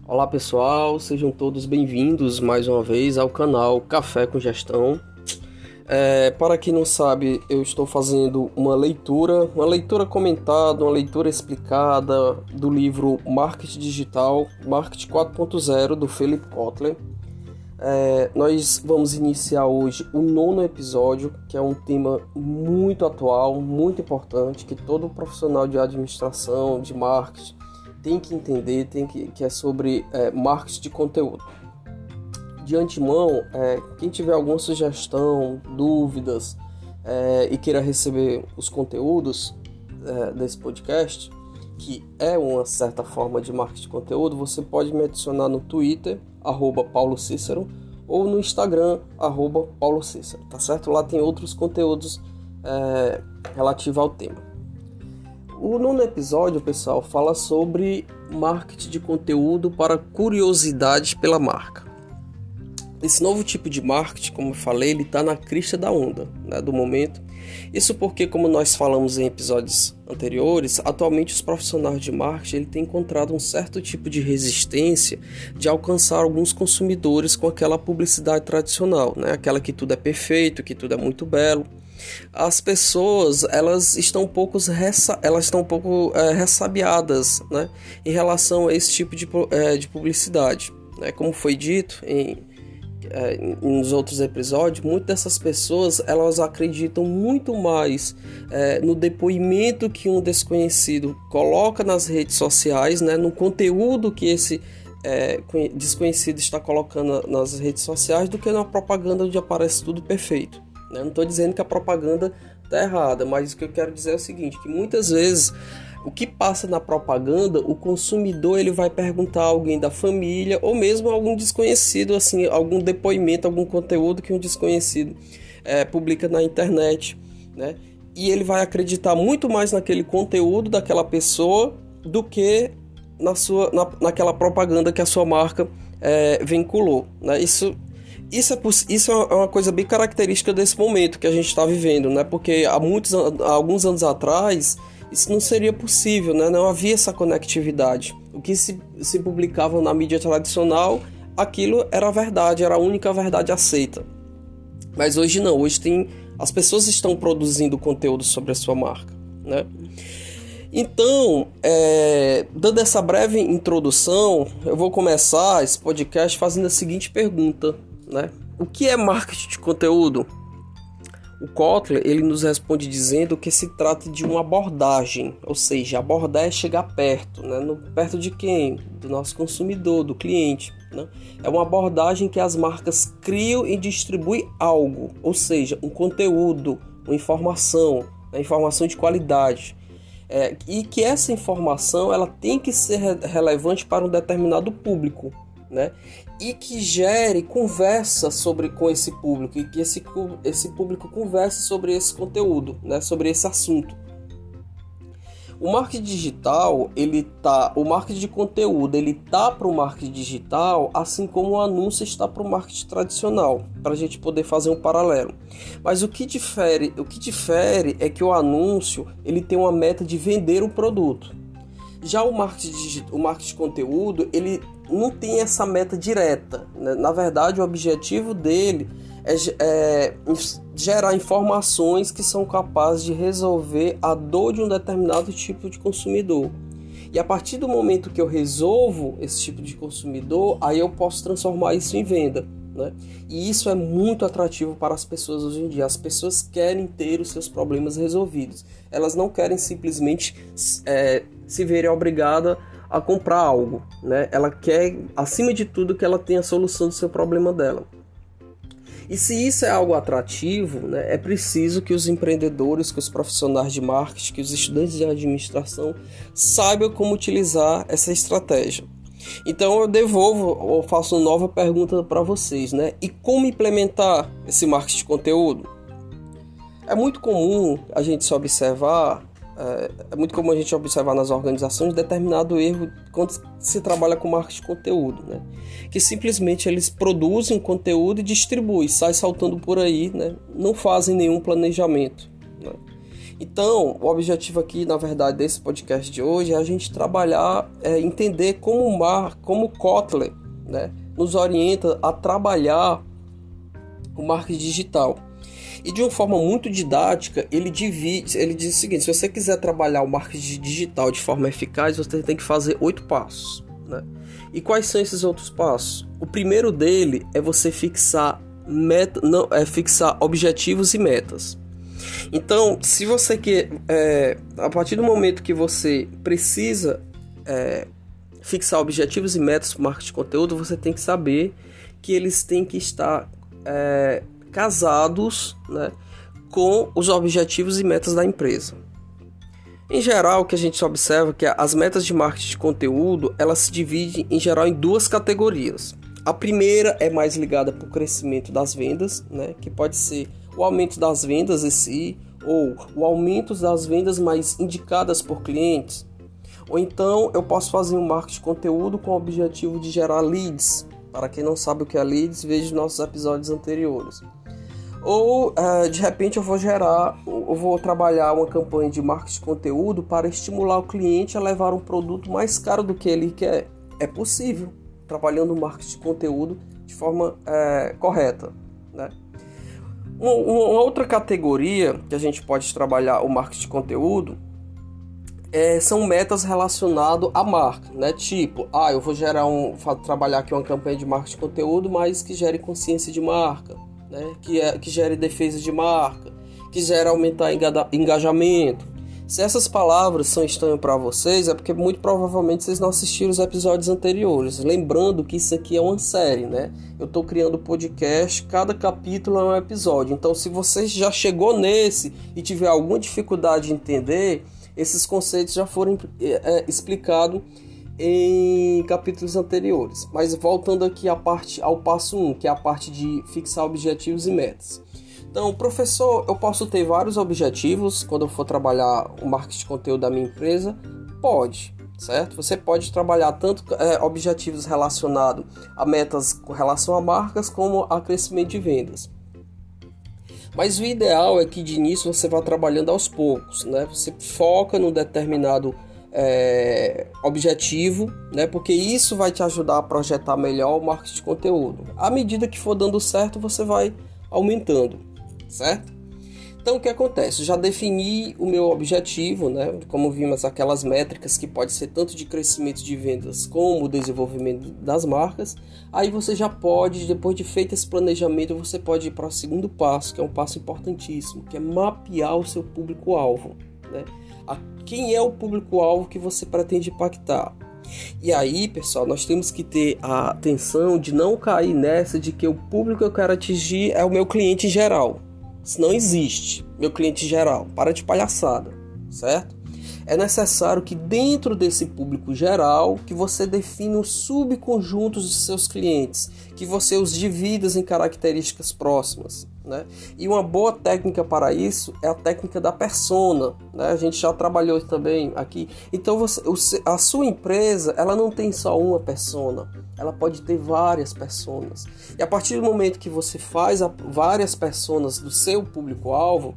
Olá pessoal, sejam todos bem-vindos mais uma vez ao canal Café com Gestão. Para quem não sabe, eu estou fazendo uma leitura comentada, uma leitura explicada do livro Marketing Digital, Marketing 4.0 do Philip Kotler. Nós vamos iniciar hoje o 9º episódio, que é um tema muito atual, muito importante, que todo profissional de administração, de marketing, tem que entender, que é sobre marketing de conteúdo. De antemão, quem tiver alguma sugestão, dúvidas e queira receber os conteúdos desse podcast, que é uma certa forma de marketing de conteúdo, você pode me adicionar no Twitter, @PauloCícero, ou no Instagram, @PauloCícero, tá certo? Lá tem outros conteúdos relativos ao tema. O 9º episódio, pessoal, fala sobre marketing de conteúdo para curiosidade pela marca. Esse novo tipo de marketing, como eu falei, ele está na crista da onda, né, do momento. Isso porque, como nós falamos em episódios anteriores, atualmente os profissionais de marketing têm encontrado um certo tipo de resistência de alcançar alguns consumidores com aquela publicidade tradicional, né, aquela que tudo é perfeito, que tudo é muito belo. As pessoas elas estão um pouco ressabiadas, né, em relação a esse tipo de publicidade, né? Como foi dito nos outros episódios, muitas dessas pessoas elas acreditam muito mais no depoimento que um desconhecido coloca nas redes sociais, né, no conteúdo que esse desconhecido está colocando nas redes sociais, do que na propaganda onde aparece tudo perfeito. Eu não estou dizendo que a propaganda está errada, mas o que eu quero dizer é o seguinte, que muitas vezes o que passa na propaganda, o consumidor ele vai perguntar a alguém da família ou mesmo a algum desconhecido, assim, algum depoimento, algum conteúdo que um desconhecido publica na internet, né? E ele vai acreditar muito mais naquele conteúdo daquela pessoa do que naquela propaganda que a sua marca vinculou, né? Isso é uma coisa bem característica desse momento que a gente está vivendo, né? Porque há alguns anos atrás isso não seria possível, né? Não havia essa conectividade. O que se publicava na mídia tradicional, aquilo era a verdade, era a única verdade aceita. Mas hoje não, as pessoas estão produzindo conteúdo sobre a sua marca, né? Então, dando essa breve introdução, eu vou começar esse podcast fazendo a seguinte pergunta, né? O que é marketing de conteúdo? O Kotler, ele nos responde dizendo que se trata de uma abordagem, ou seja, abordar é chegar perto, né? Perto de quem? Do nosso consumidor, do cliente, né? É uma abordagem que as marcas criam e distribuem algo, ou seja, um conteúdo, uma informação, uma informação de qualidade. E que essa informação ela tem que ser relevante para um determinado público, né? E que gere conversa com esse público, e que esse público converse sobre esse conteúdo, né? Sobre esse assunto. O marketing digital, o marketing de conteúdo, ele tá para o marketing digital, assim como o anúncio está para o marketing tradicional, para a gente poder fazer um paralelo. Mas o que difere é que o anúncio, ele tem uma meta de vender o produto. Já o marketing de conteúdo, ele não tem essa meta direta, né? Na verdade, o objetivo dele é gerar informações que são capazes de resolver a dor de um determinado tipo de consumidor. E a partir do momento que eu resolvo esse tipo de consumidor, aí eu posso transformar isso em venda, né? E isso é muito atrativo para as pessoas hoje em dia. As pessoas querem ter os seus problemas resolvidos. Elas não querem simplesmente se verem obrigadas a comprar algo, né? Ela quer, acima de tudo, que ela tenha a solução do seu problema dela. E se isso é algo atrativo, né, é preciso que os empreendedores, que os profissionais de marketing, que os estudantes de administração saibam como utilizar essa estratégia. Então eu faço uma nova pergunta para vocês, né? E como implementar esse marketing de conteúdo? É muito comum a gente observar nas organizações determinado erro quando se trabalha com marketing de conteúdo, né? Que simplesmente eles produzem conteúdo e distribuem, sai saltando por aí, né? Não fazem nenhum planejamento, né? Então, o objetivo aqui, na verdade, desse podcast de hoje é a gente trabalhar, entender como Kotler, né, nos orienta a trabalhar o marketing digital. E de uma forma muito didática, ele diz o seguinte: se você quiser trabalhar o marketing digital de forma eficaz, você tem que fazer 8 passos, né? E quais são esses outros passos? O primeiro dele é você fixar objetivos e metas. Então, se você quer, a partir do momento que você precisa fixar objetivos e metas para o marketing de conteúdo, você tem que saber que eles têm que estar casados, né, com os objetivos e metas da empresa. Em geral, o que a gente observa é que as metas de marketing de conteúdo, elas se dividem em geral em 2 categorias. A primeira é mais ligada para o crescimento das vendas, né, que pode ser o aumento das vendas em si, ou o aumento das vendas mais indicadas por clientes. Ou então eu posso fazer um marketing de conteúdo com o objetivo de gerar leads. Para quem não sabe o que é leads, veja os nossos episódios anteriores. Ou de repente eu vou trabalhar uma campanha de marketing de conteúdo para estimular o cliente a levar um produto mais caro do que ele quer. É possível, trabalhando o marketing de conteúdo de forma correta, né? Uma outra categoria que a gente pode trabalhar o marketing de conteúdo são metas relacionadas à marca, né? Tipo, eu vou trabalhar aqui uma campanha de marketing de conteúdo, mas que gere consciência de marca, né? Que gere defesa de marca, que gere aumentar engajamento. Se essas palavras são estranhas para vocês, é porque muito provavelmente vocês não assistiram os episódios anteriores. Lembrando que isso aqui é uma série, né? Eu estou criando podcast, cada capítulo é um episódio. Então, se você já chegou nesse e tiver alguma dificuldade de entender, esses conceitos já foram explicados em capítulos anteriores. Mas voltando aqui ao passo 1, que é a parte de fixar objetivos e metas. Então, professor, eu posso ter vários objetivos quando eu for trabalhar o marketing de conteúdo da minha empresa? Pode, certo? Você pode trabalhar tanto objetivos relacionados a metas com relação a marcas, como a crescimento de vendas. Mas o ideal é que de início você vá trabalhando aos poucos, né? Você foca num determinado objetivo, né? Porque isso vai te ajudar a projetar melhor o marketing de conteúdo. À medida que for dando certo, você vai aumentando, certo? Então, o que acontece? Já defini o meu objetivo, né? Como vimos, aquelas métricas que pode ser tanto de crescimento de vendas como o desenvolvimento das marcas. Aí você já pode, depois de feito esse planejamento, você pode ir para o segundo passo, que é um passo importantíssimo, que é mapear o seu público-alvo, né? Quem é o público-alvo que você pretende impactar? E aí, pessoal, nós temos que ter a atenção de não cair nessa de que o público que eu quero atingir é o meu cliente geral. Isso não existe, meu cliente geral. Para de palhaçada, certo? É necessário que dentro desse público geral, que você defina os subconjuntos dos seus clientes, que você os divida em características próximas, né? E uma boa técnica para isso é a técnica da persona, né? A gente já trabalhou também aqui. Então a sua empresa, ela não tem só uma persona, ela pode ter várias personas. E a partir do momento que você faz várias personas do seu público-alvo,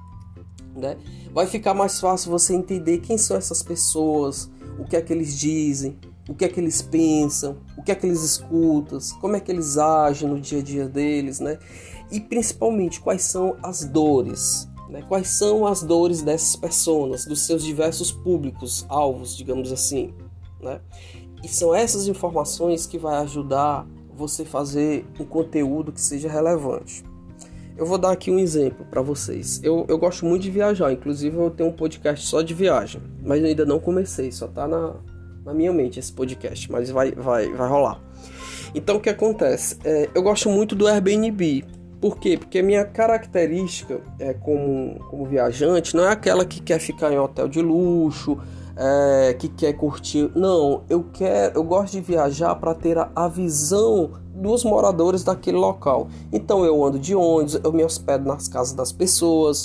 né, vai ficar mais fácil você entender quem são essas pessoas, o que é que eles dizem, o que é que eles pensam, o que é que eles escutam, como é que eles agem no dia a dia deles, né? E principalmente quais são as dores, né? Quais são as dores dessas pessoas, dos seus diversos públicos, alvos, digamos assim, né? E são essas informações que vai ajudar você a fazer um conteúdo que seja relevante. Eu vou dar aqui um exemplo para vocês. Eu gosto muito de viajar, inclusive eu tenho um podcast só de viagem, mas eu ainda não comecei, só tá na minha mente esse podcast, mas vai rolar. Então o que acontece? Eu gosto muito do Airbnb. Por quê? Porque a minha característica como viajante não é aquela que quer ficar em hotel de luxo, que quer curtir. Não, eu gosto de viajar para ter a visão dos moradores daquele local. Então eu ando de ônibus, eu me hospedo nas casas das pessoas.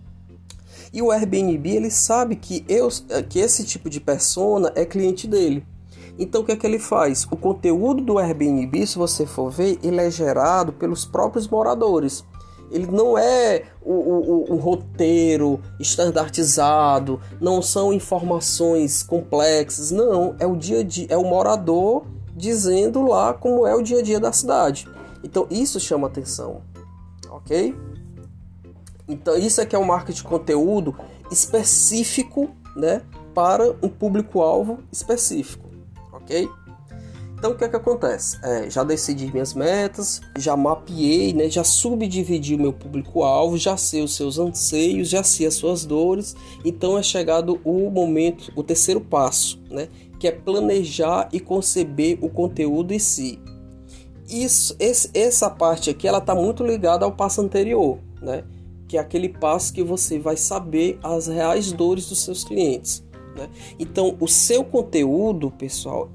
E o Airbnb, ele sabe que esse tipo de persona é cliente dele. Então o que é que ele faz? O conteúdo do Airbnb, se você for ver, ele é gerado pelos próprios moradores. Ele não é um roteiro estandartizado, não são informações complexas, não, é o dia a dia, é o morador dizendo lá como é o dia a dia da cidade. Então isso chama atenção, ok? Então isso é que é um marketing de conteúdo específico, né, para um público-alvo específico, ok? Então o que é que acontece? Já decidi minhas metas, já mapeei, né, já subdividi o meu público-alvo, já sei os seus anseios, já sei as suas dores. Então é chegado o momento, o terceiro passo, né, que é planejar e conceber o conteúdo em si. Essa parte aqui ela está muito ligada ao passo anterior, né, que é aquele passo que você vai saber as reais dores dos seus clientes. Então, o seu conteúdo, pessoal,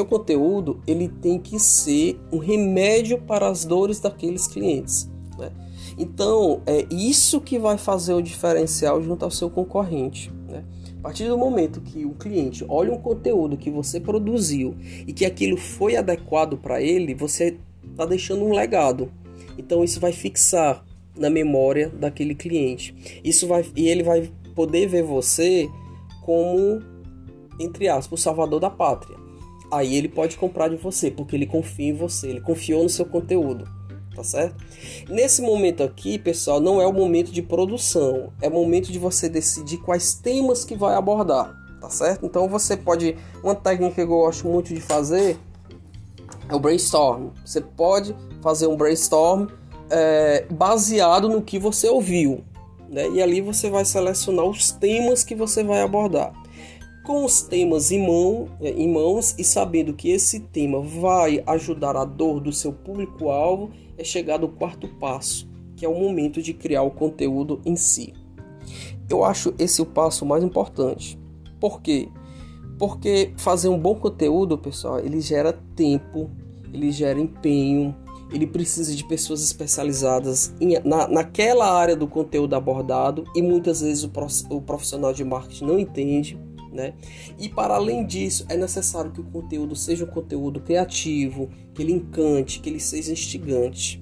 ele tem que ser um remédio para as dores daqueles clientes, né? Então, é isso que vai fazer o diferencial junto ao seu concorrente, né? A partir do momento que o cliente olha um conteúdo que você produziu e que aquilo foi adequado para ele, você está deixando um legado. Então, isso vai fixar na memória daquele cliente. E ele vai poder ver você como, entre aspas, o salvador da pátria. Aí ele pode comprar de você, porque ele confia em você, ele confiou no seu conteúdo, tá certo? Nesse momento aqui, pessoal, não é o momento de produção, é o momento de você decidir quais temas que vai abordar, tá certo? Então você pode, uma técnica que eu gosto muito de fazer é o brainstorm. Você pode fazer um brainstorm baseado no que você ouviu, né? E ali você vai selecionar os temas que você vai abordar. Com os temas em mãos e sabendo que esse tema vai ajudar a dor do seu público-alvo, é chegado o quarto passo, que é o momento de criar o conteúdo em si. Eu acho esse o passo mais importante. Por quê? Porque fazer um bom conteúdo, pessoal, ele gera tempo, ele gera empenho, ele precisa de pessoas especializadas naquela área do conteúdo abordado, e muitas vezes o profissional de marketing não entende, né? E para além disso, é necessário que o conteúdo seja um conteúdo criativo, que ele encante, que ele seja instigante.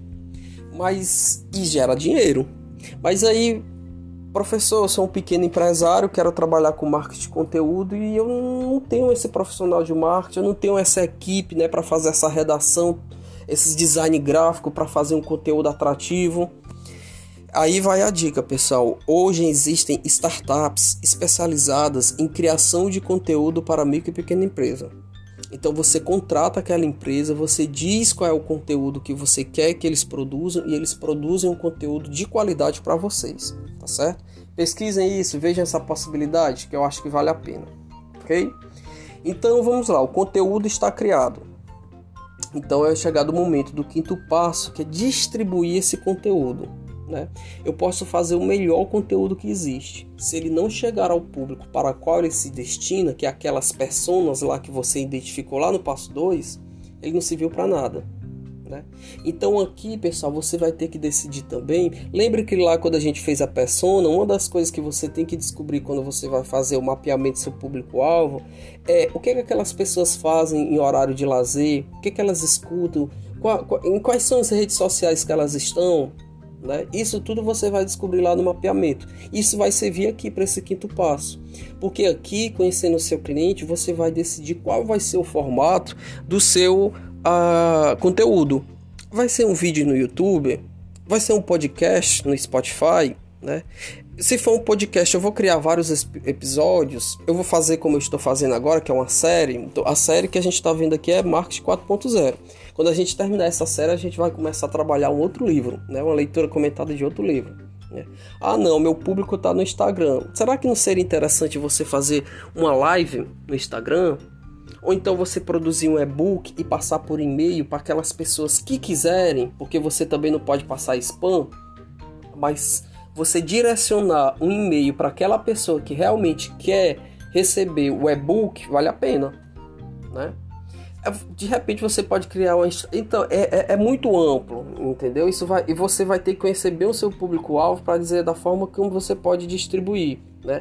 E gera dinheiro. Mas aí, professor, eu sou um pequeno empresário, quero trabalhar com marketing de conteúdo e eu não tenho esse profissional de marketing, eu não tenho essa equipe, né, para fazer essa redação, esses design gráfico para fazer um conteúdo atrativo. Aí vai a dica, pessoal. Hoje existem startups especializadas em criação de conteúdo para micro e pequena empresa. Então você contrata aquela empresa, você diz qual é o conteúdo que você quer que eles produzam e eles produzem um conteúdo de qualidade para vocês, tá certo? Pesquisem isso, vejam essa possibilidade que eu acho que vale a pena, ok? Então vamos lá, o conteúdo está criado. Então é chegado o momento do quinto passo, que é distribuir esse conteúdo, né? Eu posso fazer o melhor conteúdo que existe. Se ele não chegar ao público para qual ele se destina, que é aquelas personas lá que você identificou lá no passo 2, ele não serviu para nada, né? Então aqui, pessoal, você vai ter que decidir também. Lembre que lá quando a gente fez a persona, uma das coisas que você tem que descobrir quando você vai fazer o mapeamento do seu público-alvo é o que aquelas pessoas fazem em horário de lazer, o que elas escutam, em quais são as redes sociais que elas estão, né? Isso tudo você vai descobrir lá no mapeamento. Isso vai servir aqui para esse quinto passo, porque aqui, conhecendo o seu cliente, você vai decidir qual vai ser o formato do seu conteúdo. Vai ser um vídeo no YouTube? Vai ser um podcast no Spotify, né? Se for um podcast, eu vou criar vários episódios. Eu vou fazer como eu estou fazendo agora, que é uma série. Então, a série que a gente está vendo aqui é Marketing 4.0. Quando a gente terminar essa série, a gente vai começar a trabalhar um outro livro, né? Uma leitura comentada de outro livro, né? Ah, não, meu público está no Instagram. Será que não seria interessante você fazer uma live no Instagram? Ou então você produzir um e-book e passar por e-mail para aquelas pessoas que quiserem, porque você também não pode passar spam, mas você direcionar um e-mail para aquela pessoa que realmente quer receber o e-book, vale a pena, né? De repente você pode criar uma... Então, é muito amplo, entendeu? E você vai ter que conhecer bem o seu público-alvo para dizer da forma como você pode distribuir, né?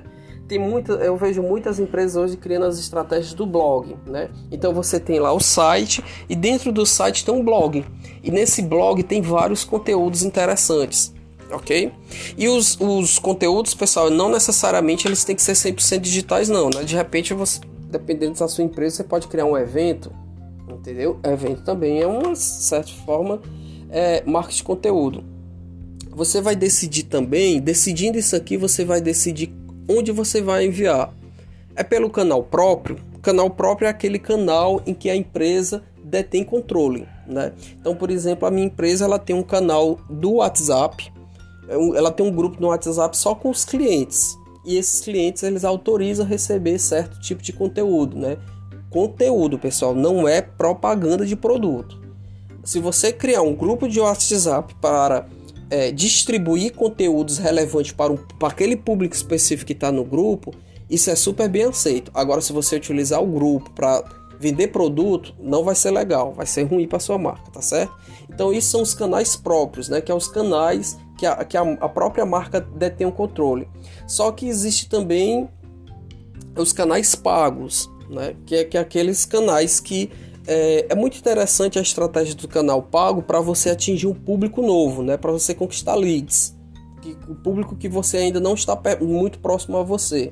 Eu vejo muitas empresas hoje criando as estratégias do blog, né? Então você tem lá o site e dentro do site tem um blog. E nesse blog tem vários conteúdos interessantes. ok? E os conteúdos, pessoal, não necessariamente eles têm que ser 100% digitais, não, né? De repente, você, dependendo da sua empresa, você pode criar um evento, entendeu? Evento também é uma certa forma marketing de conteúdo. Você vai decidir também, decidindo isso aqui, você vai decidir onde você vai enviar. É pelo canal próprio? O canal próprio é aquele canal em que a empresa detém controle, né? Então, por exemplo, a minha empresa ela tem um canal do WhatsApp, ela tem um grupo no WhatsApp só com os clientes. E esses clientes eles autorizam a receber certo tipo de conteúdo, né? Conteúdo, pessoal, não é propaganda de produto. Se você criar um grupo de WhatsApp para distribuir conteúdos relevantes para aquele público específico que está no grupo, isso é super bem aceito. Agora, se você utilizar o grupo para vender produto, não vai ser legal, vai ser ruim para sua marca, tá certo? Então, isso são os canais próprios, né? Que é os canais que a própria marca detém o controle. Só que existe também os canais pagos, né? Que é aqueles canais que é muito interessante a estratégia do canal pago para você atingir um público novo, né? Para você conquistar leads, o público que você ainda não está muito próximo a você.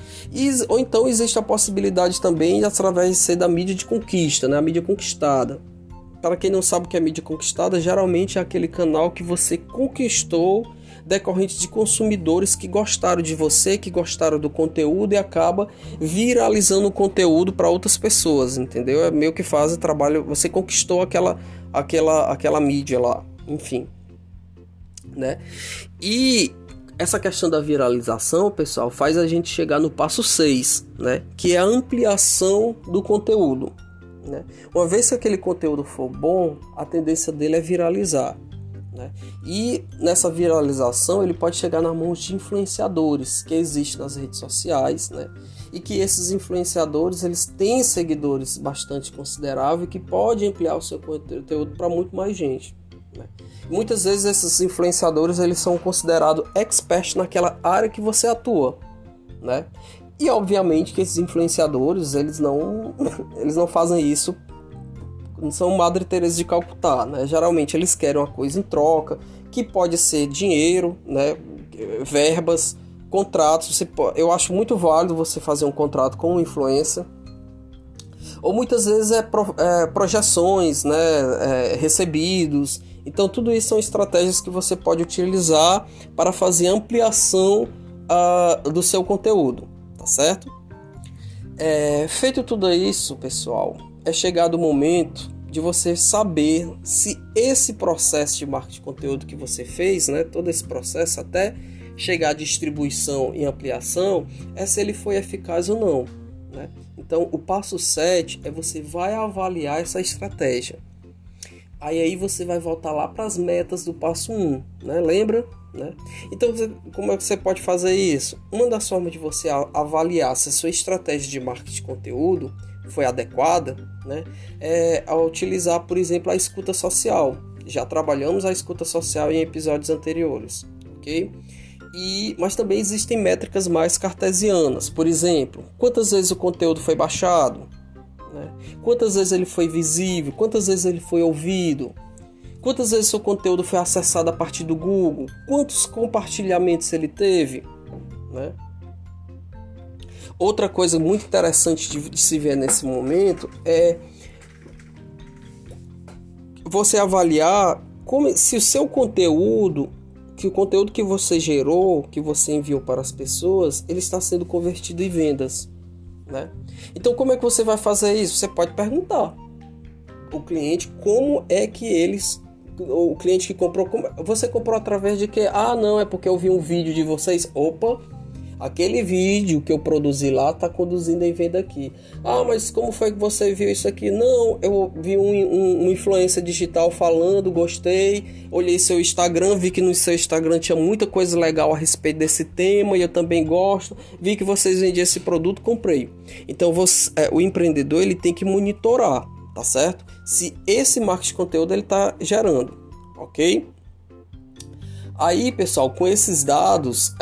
Ou então existe a possibilidade também através de ser da mídia de conquista, né? A mídia conquistada. Para quem não sabe o que é mídia conquistada, geralmente é aquele canal que você conquistou decorrente de consumidores que gostaram de você, que gostaram do conteúdo e acaba viralizando o conteúdo para outras pessoas, entendeu? É meio que faz o trabalho, você conquistou aquela mídia lá, enfim, né? E essa questão da viralização, pessoal, faz a gente chegar no passo 6, né? Que é a ampliação do conteúdo, né? Uma vez que aquele conteúdo for bom, a tendência dele é viralizar, né? E nessa viralização ele pode chegar nas mãos de influenciadores que existem nas redes sociais, né? E que esses influenciadores eles têm seguidores bastante consideráveis que podem ampliar o seu conteúdo para muito mais gente, né? Muitas vezes esses influenciadores eles são considerados experts naquela área que você atua, né? E obviamente que esses influenciadores eles não fazem isso, não são Madre Teresa de Calcutá, né? Geralmente eles querem uma coisa em troca, que pode ser dinheiro, né? Verbas, contratos. Eu acho muito válido você fazer um contrato com um influencer. Ou muitas vezes projeções, né? Recebidos. Então tudo isso são estratégias que você pode utilizar para fazer ampliação do seu conteúdo, tá certo? Feito tudo isso, pessoal, é chegado o momento de você saber se esse processo de marketing de conteúdo que você fez, né, todo esse processo até chegar à distribuição e ampliação, se ele foi eficaz ou não, né? Então o passo 7 é você vai avaliar essa estratégia. Aí você vai voltar lá para as metas do passo 1, né? Lembra? Né? Então, como é que você pode fazer isso? Uma das formas de você avaliar se a sua estratégia de marketing de conteúdo foi adequada, né? É ao utilizar, por exemplo, a escuta social. Já trabalhamos a escuta social em episódios anteriores, ok? Mas também existem métricas mais cartesianas. Por exemplo, quantas vezes o conteúdo foi baixado? Né? Quantas vezes ele foi visível? Quantas vezes ele foi ouvido? Quantas vezes seu conteúdo foi acessado a partir do Google? Quantos compartilhamentos ele teve? Né? Outra coisa muito interessante de se ver nesse momento é você avaliar se o seu conteúdo, o conteúdo que você gerou, que você enviou para as pessoas, ele está sendo convertido em vendas, né? Então, como é que você vai fazer isso? Você pode perguntar o cliente como é que o cliente que comprou, você comprou através de que? Não, é porque eu vi um vídeo de vocês. Opa, aquele vídeo que eu produzi lá está conduzindo em venda aqui. Mas como foi que você viu isso aqui? Não, eu vi um influencer digital falando, gostei, olhei seu Instagram, vi que no seu Instagram tinha muita coisa legal a respeito desse tema e eu também gosto, vi que vocês vendiam esse produto, comprei. Então o empreendedor ele tem que monitorar, tá certo? Se esse marketing de conteúdo ele está gerando, ok? Aí, pessoal, com esses dados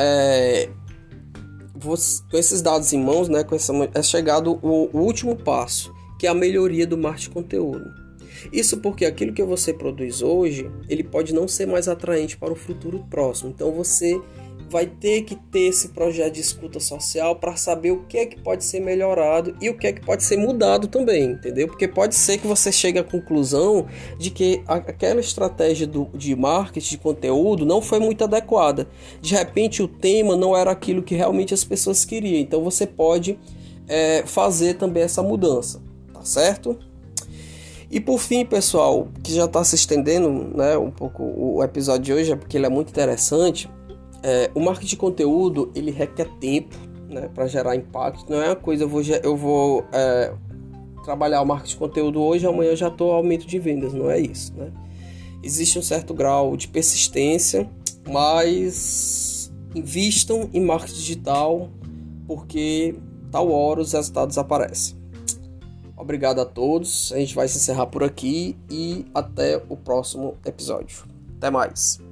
em mãos, né, é chegado o último passo, que é a melhoria do marketing de conteúdo. Isso porque aquilo que você produz hoje, ele pode não ser mais atraente para o futuro próximo. Então você vai ter que ter esse projeto de escuta social para saber o que é que pode ser melhorado e o que é que pode ser mudado também, entendeu? Porque pode ser que você chegue à conclusão de que aquela estratégia de marketing de conteúdo não foi muito adequada. De repente o tema não era aquilo que realmente as pessoas queriam. Então você pode fazer também essa mudança, tá certo? E por fim, pessoal, que já está se estendendo, né, um pouco o episódio de hoje, porque ele é muito interessante. O marketing de conteúdo, ele requer tempo, né, para gerar impacto. Não é uma coisa, eu vou trabalhar o marketing de conteúdo hoje, amanhã eu já estou aumento de vendas, não é isso, né? Existe um certo grau de persistência, mas invistam em marketing digital, porque tal hora os resultados aparecem. Obrigado a todos, a gente vai se encerrar por aqui e até o próximo episódio. Até mais!